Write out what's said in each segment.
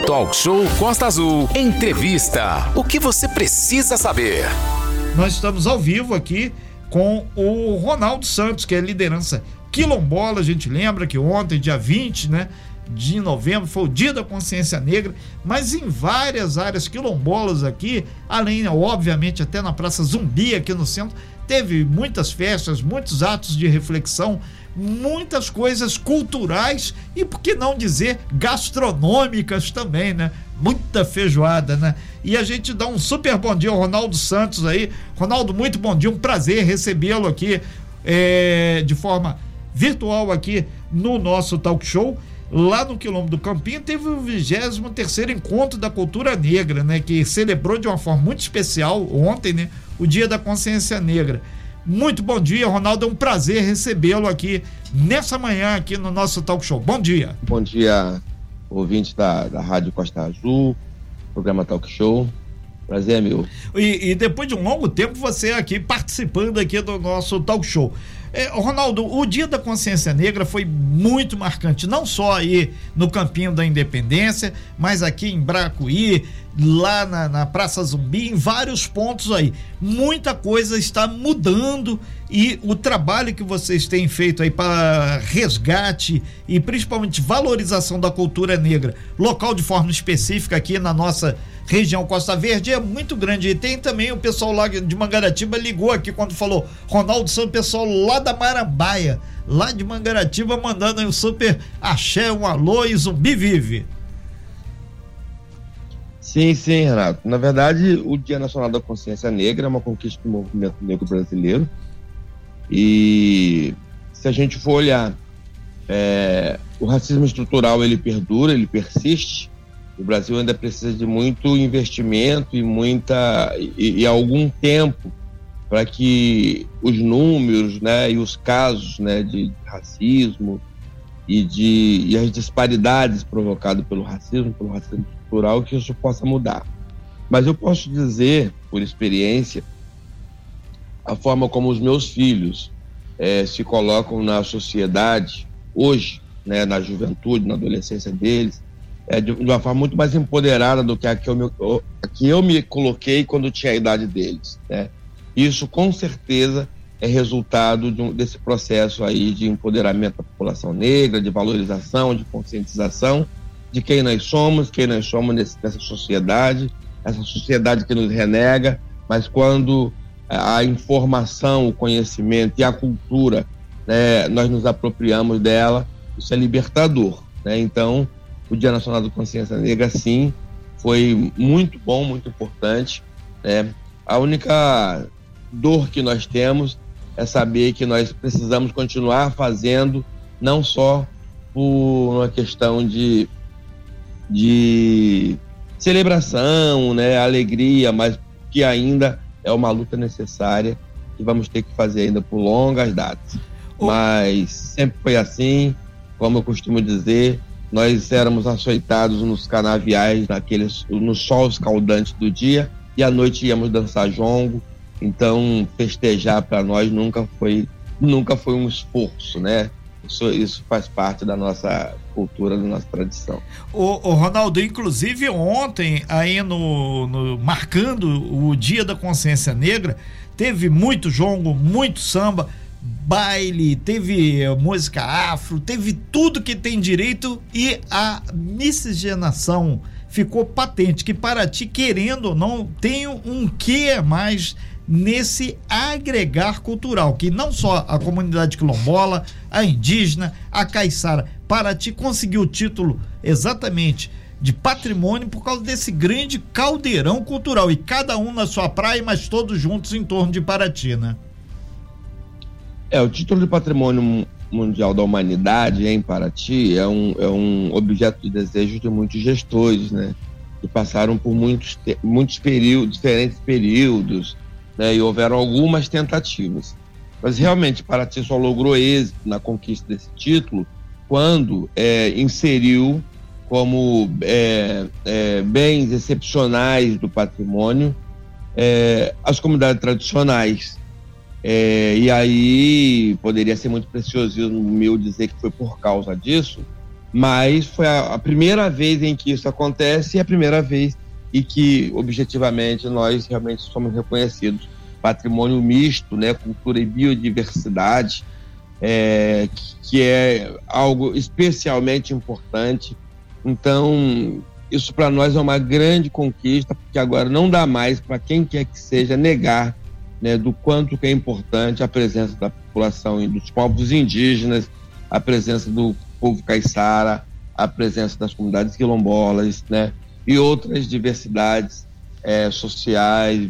Talk Show Costa Azul. Entrevista. O que você precisa saber? Nós estamos ao vivo aqui com o Ronaldo Santos, que é liderança quilombola. A gente lembra que ontem, dia 20, né, de novembro, foi o Dia da Consciência Negra, mas em várias áreas quilombolas aqui, além, obviamente, até na Praça Zumbi, aqui no centro, teve muitas festas, muitos atos de reflexão, muitas coisas culturais e, por que não dizer, gastronômicas também, né? Muita feijoada, né? E a gente dá um super bom dia ao Ronaldo Santos aí. Ronaldo, muito bom dia, um prazer recebê-lo aqui de forma virtual aqui no nosso talk show. Lá no Quilombo do Campinho teve o 23º Encontro da Cultura Negra, né? Que celebrou de uma forma muito especial ontem, né? O Dia da Consciência Negra. Muito bom dia, Ronaldo, é um prazer recebê-lo aqui nessa manhã aqui no nosso talk show. Bom dia. Bom dia, ouvintes da Rádio Costa Azul, programa Talk Show. Prazer é meu. E depois de um longo tempo você aqui participando aqui do nosso talk show. Ronaldo, o Dia da Consciência Negra foi muito marcante, não só aí no Campinho da Independência, mas aqui em Bracuí, lá na Praça Zumbi, em vários pontos aí. Muita coisa está mudando e o trabalho que vocês têm feito aí para resgate e principalmente valorização da cultura negra, local de forma específica aqui na nossa região Costa Verde, é muito grande. E tem também o pessoal lá de Mangaratiba ligou aqui quando falou Ronaldo Santos, pessoal lá da Marambaia, lá de Mangaratiba, mandando aí um super axé, um alô e Zumbi vive. Sim, Renato. Na verdade, o Dia Nacional da Consciência Negra é uma conquista do movimento negro brasileiro. E se a gente for olhar, o racismo estrutural, ele perdura, ele persiste. O Brasil ainda precisa de muito investimento e algum tempo para que os números, né, e os casos, né, de racismo e as disparidades provocadas pelo racismo estrutural, que isso possa mudar. Mas eu posso dizer, por experiência, a forma como os meus filhos se colocam na sociedade hoje, né, na juventude, na adolescência deles, de uma forma muito mais empoderada do que a que eu me coloquei quando tinha a idade deles, né? Isso, com certeza, é resultado desse processo aí de empoderamento da população negra, de valorização, de conscientização de quem nós somos nessa sociedade, essa sociedade que nos renega, mas quando a informação, o conhecimento e a cultura, né, nós nos apropriamos dela, isso é libertador, né? Então, o Dia Nacional da Consciência Negra, sim, foi muito bom, muito importante, né? A única dor que nós temos é saber que nós precisamos continuar fazendo, não só por uma questão de celebração, né, alegria, mas que ainda é uma luta necessária que vamos ter que fazer ainda por longas datas. Mas sempre foi assim, como eu costumo dizer, nós éramos açoitados nos canaviais, nos sol escaldantes do dia, e à noite íamos dançar jongo. Então, festejar para nós nunca foi um esforço, né? Isso faz parte da nossa cultura, da nossa tradição. O Ronaldo, inclusive ontem, aí marcando o Dia da Consciência Negra, teve muito jongo, muito samba, baile, teve música afro, teve tudo que tem direito, e a miscigenação ficou patente, que Paraty, querendo ou não, tem um quê a mais nesse agregar cultural, que não só a comunidade quilombola, a indígena, a caiçara, Paraty conseguiu o título exatamente de patrimônio por causa desse grande caldeirão cultural, e cada um na sua praia, mas todos juntos em torno de Paraty, né? O título de patrimônio mundial da humanidade em Paraty é um objeto de desejo de muitos gestores, né? Que passaram por muitos períodos, diferentes períodos, né? E houveram algumas tentativas. Mas realmente Paraty só logrou êxito na conquista desse título quando inseriu como bens excepcionais do patrimônio as comunidades tradicionais. E aí poderia ser muito preciosismo meu dizer que foi por causa disso, mas foi a primeira vez em que isso acontece e a primeira vez em que, objetivamente, nós realmente somos reconhecidos. Patrimônio misto, né, cultura e biodiversidade, que é algo especialmente importante. Então, isso para nós é uma grande conquista, porque agora não dá mais para quem quer que seja negar, né, do quanto que é importante a presença da população e dos povos indígenas, a presença do povo caiçara, a presença das comunidades quilombolas, né, e outras diversidades sociais,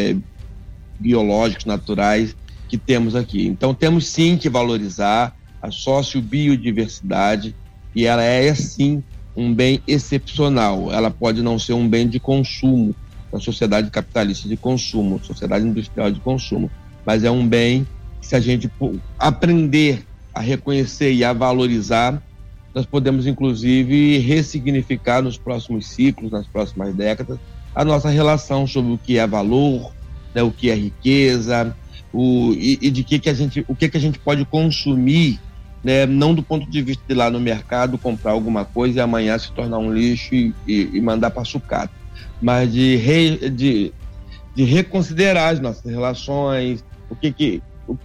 biológicos, naturais que temos aqui. Então temos sim que valorizar a sociobiodiversidade, e ela é sim um bem excepcional. Ela pode não ser um bem de consumo da sociedade capitalista de consumo, sociedade industrial de consumo, mas é um bem que, se a gente aprender a reconhecer e a valorizar, nós podemos inclusive ressignificar nos próximos ciclos, nas próximas décadas, a nossa relação sobre o que é valor, né, o que é riqueza, e de o que a gente pode consumir, né, não do ponto de vista de ir lá no mercado comprar alguma coisa e amanhã se tornar um lixo e mandar para sucata, mas de reconsiderar as nossas relações, que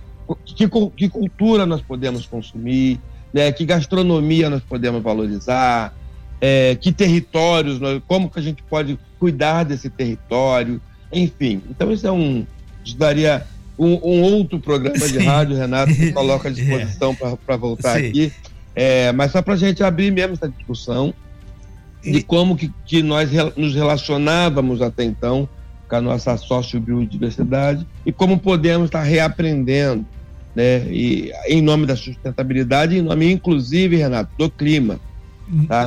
cultura nós podemos consumir, né, que gastronomia nós podemos valorizar, que territórios, como que a gente pode cuidar desse território, enfim. Então isso daria um outro programa de rádio, Renato, que coloca à disposição para voltar aqui, mas só para a gente abrir mesmo essa discussão de como que nós nos relacionávamos até então com a nossa sociobiodiversidade e como podemos estar reaprendendo, né, e, em nome da sustentabilidade, em nome, inclusive, Renato, do clima. Tá?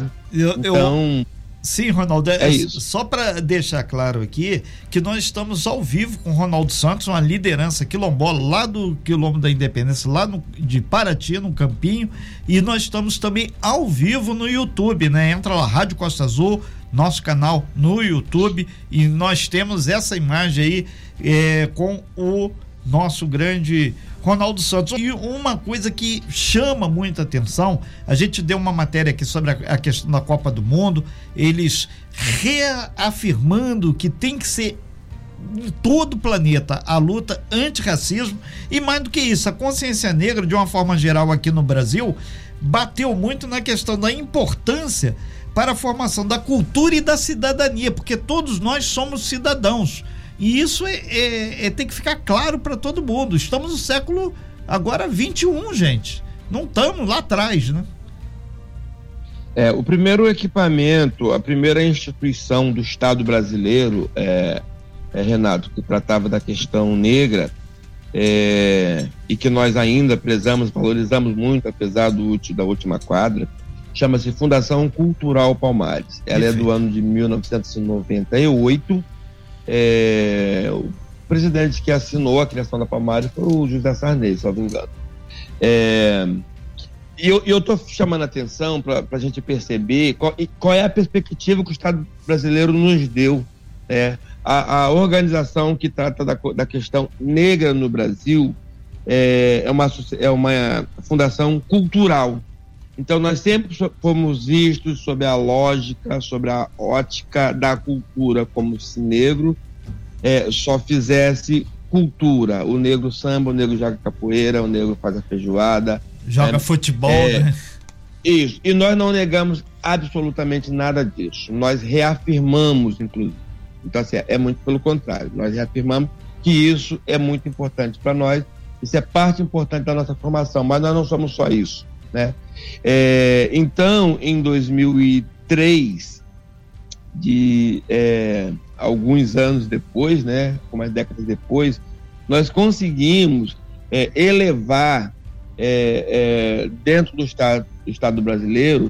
Sim, Ronaldo, isso. Só para deixar claro aqui que nós estamos ao vivo com o Ronaldo Santos, uma liderança quilombola lá do Quilombo da Independência, lá de Paraty, no Campinho, e nós estamos também ao vivo no YouTube, né? Entra lá, Rádio Costa Azul, nosso canal no YouTube, e nós temos essa imagem aí com o nosso grande Ronaldo Santos. E uma coisa que chama muita atenção, a gente deu uma matéria aqui sobre a questão da Copa do Mundo, eles reafirmando que tem que ser em todo o planeta a luta antirracismo, e mais do que isso, a consciência negra, de uma forma geral aqui no Brasil, bateu muito na questão da importância para a formação da cultura e da cidadania, porque todos nós somos cidadãos. E isso tem que ficar claro para todo mundo. Estamos no século agora 21, gente. Não estamos lá atrás, né? O primeiro equipamento, a primeira instituição do Estado brasileiro, Renato, que tratava da questão negra, e que nós ainda prezamos, valorizamos muito, apesar da última quadra, chama-se Fundação Cultural Palmares. Ela é do ano de 1998. O presidente que assinou a criação da Palmares foi o José Sarney, se não me engano. E eu estou chamando a atenção para a gente perceber qual é a perspectiva que o Estado brasileiro nos deu. A organização que trata da questão negra no Brasil é uma fundação cultural. Então nós sempre fomos vistos sob a lógica, sobre a ótica da cultura, como se negro só fizesse cultura. O negro samba, o negro joga capoeira, o negro faz a feijoada, joga futebol, né? Isso, e nós não negamos absolutamente nada disso, nós reafirmamos, inclusive. Então assim, é muito pelo contrário, nós reafirmamos que isso é muito importante para nós, isso é parte importante da nossa formação, mas nós não somos só isso, né? Então, em 2003, alguns anos depois, né, algumas décadas depois, nós conseguimos elevar dentro do Estado brasileiro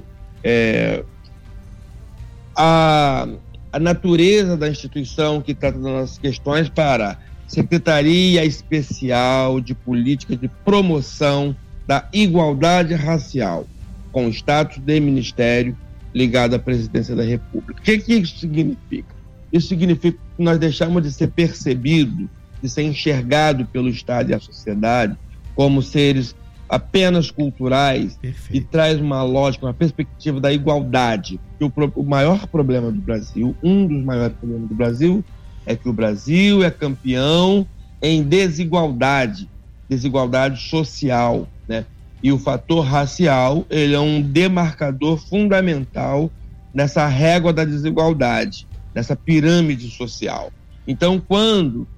a natureza da instituição que trata das nossas questões para Secretaria Especial de Política de Promoção da Igualdade Racial, com status de ministério ligado à presidência da República. O que isso significa? Isso significa que nós deixamos de ser percebido, de ser enxergado pelo Estado e a sociedade como seres apenas culturais. Perfeito. E traz uma lógica, uma perspectiva da igualdade. O maior problema do Brasil, um dos maiores problemas do Brasil, é que o Brasil é campeão em desigualdade social, né? E o fator racial, ele é um demarcador fundamental nessa régua da desigualdade, nessa pirâmide social. Então, quando,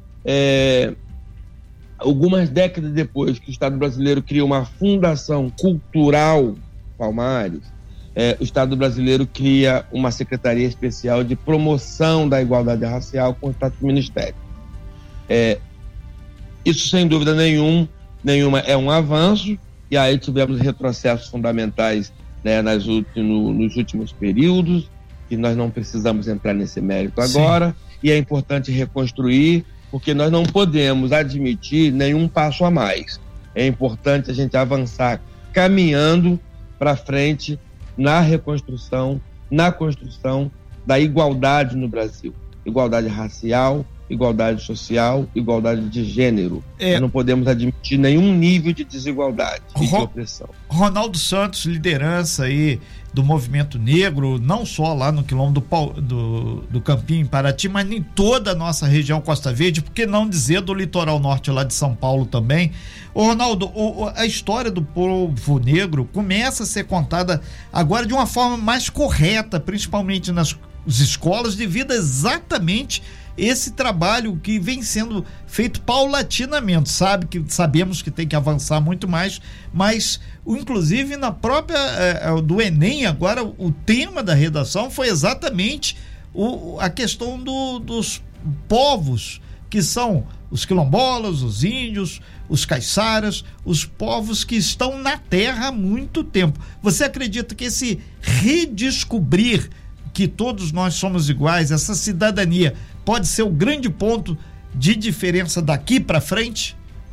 algumas décadas depois que o Estado brasileiro cria uma fundação cultural, Palmares, o Estado brasileiro cria uma secretaria especial de promoção da igualdade racial com o status do Ministério. Isso, sem dúvida nenhuma, é um avanço, e aí tivemos retrocessos fundamentais, né, nos últimos períodos, que nós não precisamos entrar nesse mérito agora. Sim. E é importante reconstruir, porque nós não podemos admitir nenhum passo a mais. É importante a gente avançar caminhando para frente na reconstrução, na construção da igualdade no Brasil. Igualdade racial, igualdade social, igualdade de gênero. Nós não podemos admitir nenhum nível de desigualdade e de opressão. Ronaldo Santos, liderança aí do movimento negro, não só lá no quilômetro do Campinho, em Paraty, mas em toda a nossa região Costa Verde, por que não dizer do litoral norte lá de São Paulo também. Ronaldo, a história do povo negro começa a ser contada agora de uma forma mais correta, principalmente nas escolas, devido exatamente esse trabalho que vem sendo feito paulatinamente. Sabemos que tem que avançar muito mais, mas inclusive na própria do Enem agora, o tema da redação foi exatamente a questão dos povos, que são os quilombolas, os índios, os caiçaras, os povos que estão na terra há muito tempo. Você acredita que esse redescobrir que todos nós somos iguais, essa cidadania, pode ser o grande ponto de diferença daqui para frente?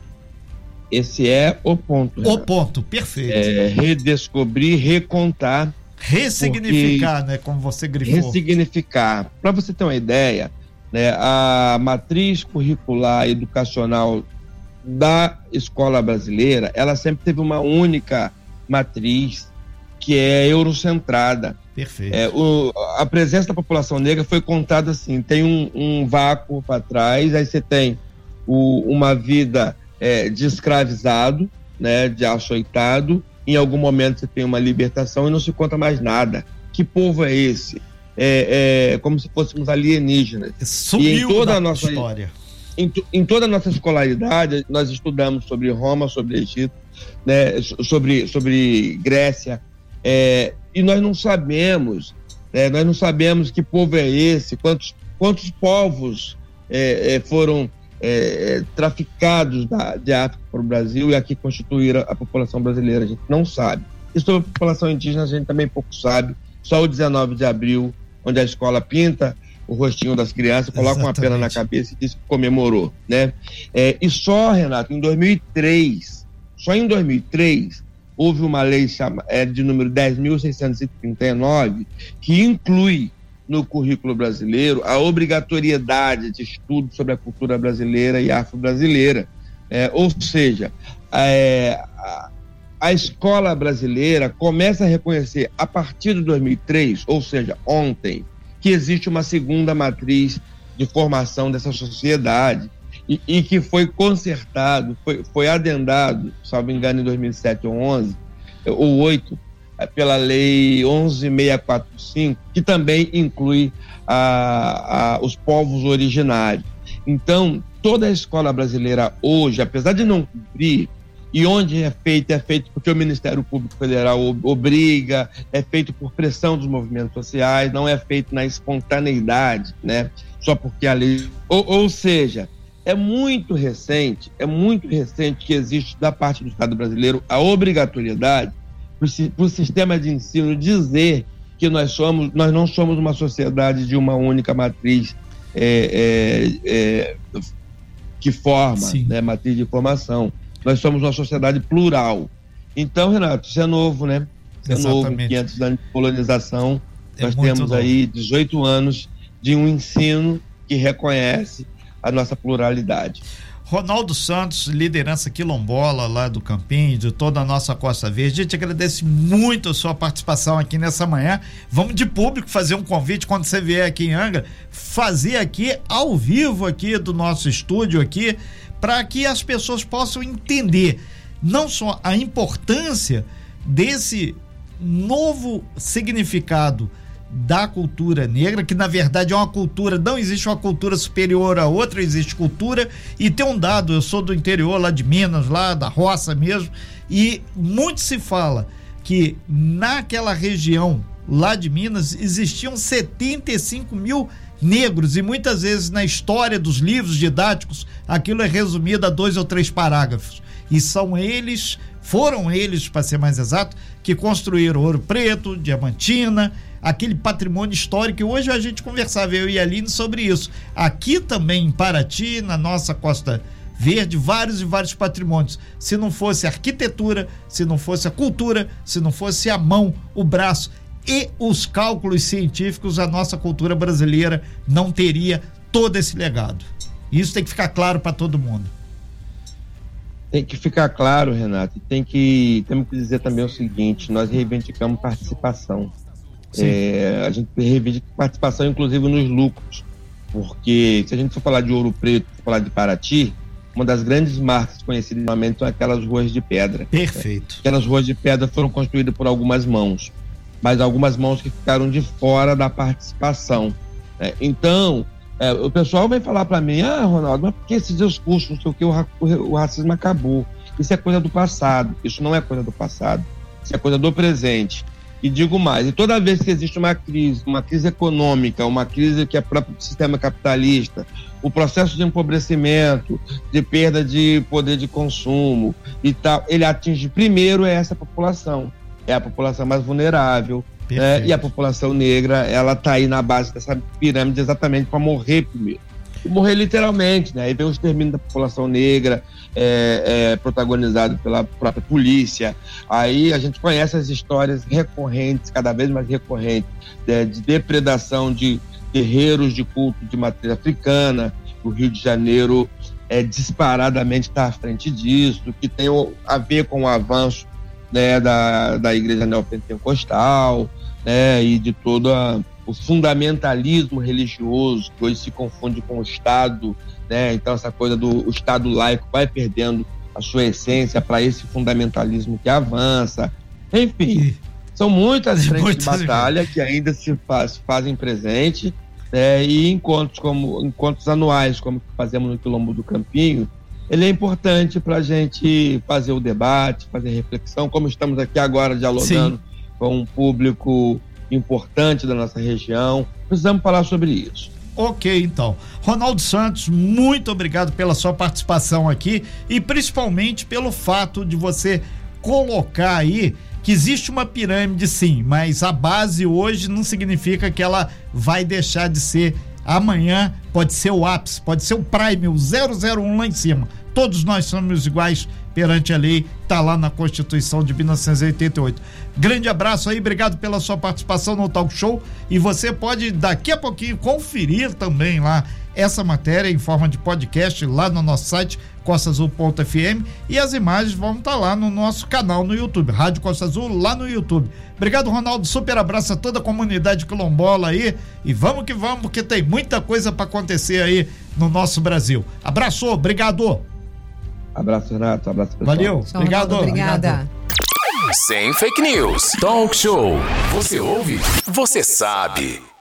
Esse é o ponto. O ponto, perfeito. Redescobrir, recontar. Ressignificar, né? Como você grifou. Ressignificar. Para você ter uma ideia, né, a matriz curricular educacional da escola brasileira, ela sempre teve uma única matriz, que é eurocentrada. Perfeito. A presença da população negra foi contada assim, tem um vácuo para trás, aí você tem uma vida de escravizado, né, de açoitado, em algum momento você tem uma libertação e não se conta mais nada. Que povo é esse? Como se fôssemos alienígenas. Sumiu e em toda da a nossa história. Em toda a nossa escolaridade, nós estudamos sobre Roma, sobre Egito, né, sobre Grécia, e nós não sabemos que povo é esse, quantos povos foram traficados de África para o Brasil e aqui constituíram a população brasileira. A gente não sabe. E sobre a população indígena a gente também pouco sabe. Só o 19 de abril, onde a escola pinta o rostinho das crianças, coloca uma pena na cabeça e diz que comemorou, né? E só, Renato, em 2003, houve uma lei de número 10.639 que inclui no currículo brasileiro a obrigatoriedade de estudo sobre a cultura brasileira e afro-brasileira. Ou seja, a escola brasileira começa a reconhecer a partir de 2003, ou seja, ontem, que existe uma segunda matriz de formação dessa sociedade e que foi consertado, foi adendado, salvo engano, em 2007 ou 11, ou 8, pela lei 11.645, que também inclui os povos originários. Então, toda a escola brasileira hoje, apesar de não cumprir, e onde é feito porque o Ministério Público Federal obriga, é feito por pressão dos movimentos sociais, não é feito na espontaneidade, né? Só porque a lei... Ou seja, é muito recente que existe da parte do Estado brasileiro a obrigatoriedade para o sistema de ensino dizer que nós não somos uma sociedade de uma única matriz que forma, né, matriz de formação. Nós somos uma sociedade plural. Então, Renato, isso é novo, né? Isso é novo, 500 anos de colonização. Nós temos novo. Aí 18 anos de um ensino que reconhece a nossa pluralidade. Ronaldo Santos, liderança quilombola lá do Campinho, de toda a nossa Costa Verde. A gente agradece muito a sua participação aqui nessa manhã. Vamos de público fazer um convite quando você vier aqui em Angra, fazer aqui ao vivo aqui do nosso estúdio aqui, para que as pessoas possam entender não só a importância desse novo significado da cultura negra, que na verdade é uma cultura, não existe uma cultura superior a outra, existe cultura. E tem um dado, eu sou do interior lá de Minas, lá da roça mesmo, e muito se fala que naquela região lá de Minas existiam 75 mil negros, e muitas vezes na história dos livros didáticos aquilo é resumido a 2 ou 3 parágrafos, e foram eles, para ser mais exato, que construíram Ouro Preto, Diamantina, aquele patrimônio histórico. E hoje a gente conversava, eu e a Aline, sobre isso. Aqui também em Paraty, na nossa Costa Verde, vários e vários patrimônios. Se não fosse a arquitetura, se não fosse a cultura, se não fosse a mão, o braço e os cálculos científicos, a nossa cultura brasileira não teria todo esse legado. Isso tem que ficar claro para todo mundo. Tem que ficar claro, Renato, temos que dizer também o seguinte: nós reivindicamos participação. A gente reivindica participação, inclusive, nos lucros, porque se a gente for falar de Ouro Preto, for falar de Paraty, uma das grandes marcas conhecidas normalmente são aquelas ruas de pedra. Perfeito. Aquelas ruas de pedra foram construídas por algumas mãos, mas algumas mãos que ficaram de fora da participação. Então, o pessoal vem falar para mim: Ronaldo, mas por que esses discursos, não sei o que, o racismo acabou? Isso é coisa do passado. Isso não é coisa do passado, isso é coisa do presente. E digo mais, e toda vez que existe uma crise econômica, uma crise que é própria do sistema capitalista, o processo de empobrecimento, de perda de poder de consumo e tal, ele atinge primeiro essa população. É a população mais vulnerável, e a população negra, ela está aí na base dessa pirâmide exatamente para morrer primeiro. E morrer literalmente, né? Aí vem o extermínio da população negra, protagonizado pela própria polícia. Aí a gente conhece as histórias recorrentes, cada vez mais recorrentes, de depredação de terreiros de culto de matriz africana. O Rio de Janeiro disparadamente está à frente disso, que tem a ver com o avanço, né, da igreja neopentecostal, né, e de todo o fundamentalismo religioso, que hoje se confunde com o Estado, né? Então essa coisa do Estado laico vai perdendo a sua essência para esse fundamentalismo que avança. Enfim, são muitas frentes de batalha que ainda se fazem presente, e encontros anuais, como que fazemos no Quilombo do Campinho, ele é importante para a gente fazer o debate, fazer reflexão, como estamos aqui agora dialogando com um público importante da nossa região. Precisamos falar sobre isso. Ok, então. Ronaldo Santos, muito obrigado pela sua participação aqui e principalmente pelo fato de você colocar aí que existe uma pirâmide, sim, mas a base hoje não significa que ela vai deixar de ser amanhã. Pode ser o ápice, pode ser o prime, o 001 lá em cima. Todos nós somos iguais perante a lei, tá lá na Constituição de 1988. Grande abraço aí, obrigado pela sua participação no Talk Show, e você pode daqui a pouquinho conferir também lá essa matéria em forma de podcast lá no nosso site costaazul.fm, e as imagens vão estar lá no nosso canal no YouTube, Rádio Costa Azul, lá no YouTube. Obrigado, Ronaldo, super abraço a toda a comunidade quilombola aí, e vamos que vamos, porque tem muita coisa para acontecer aí no nosso Brasil. Abraço, obrigado. Abraço, Renato, abraço, pessoal. Valeu, obrigado. Obrigada. Obrigado. Sem fake news. Talk Show. Você ouve? Você sabe.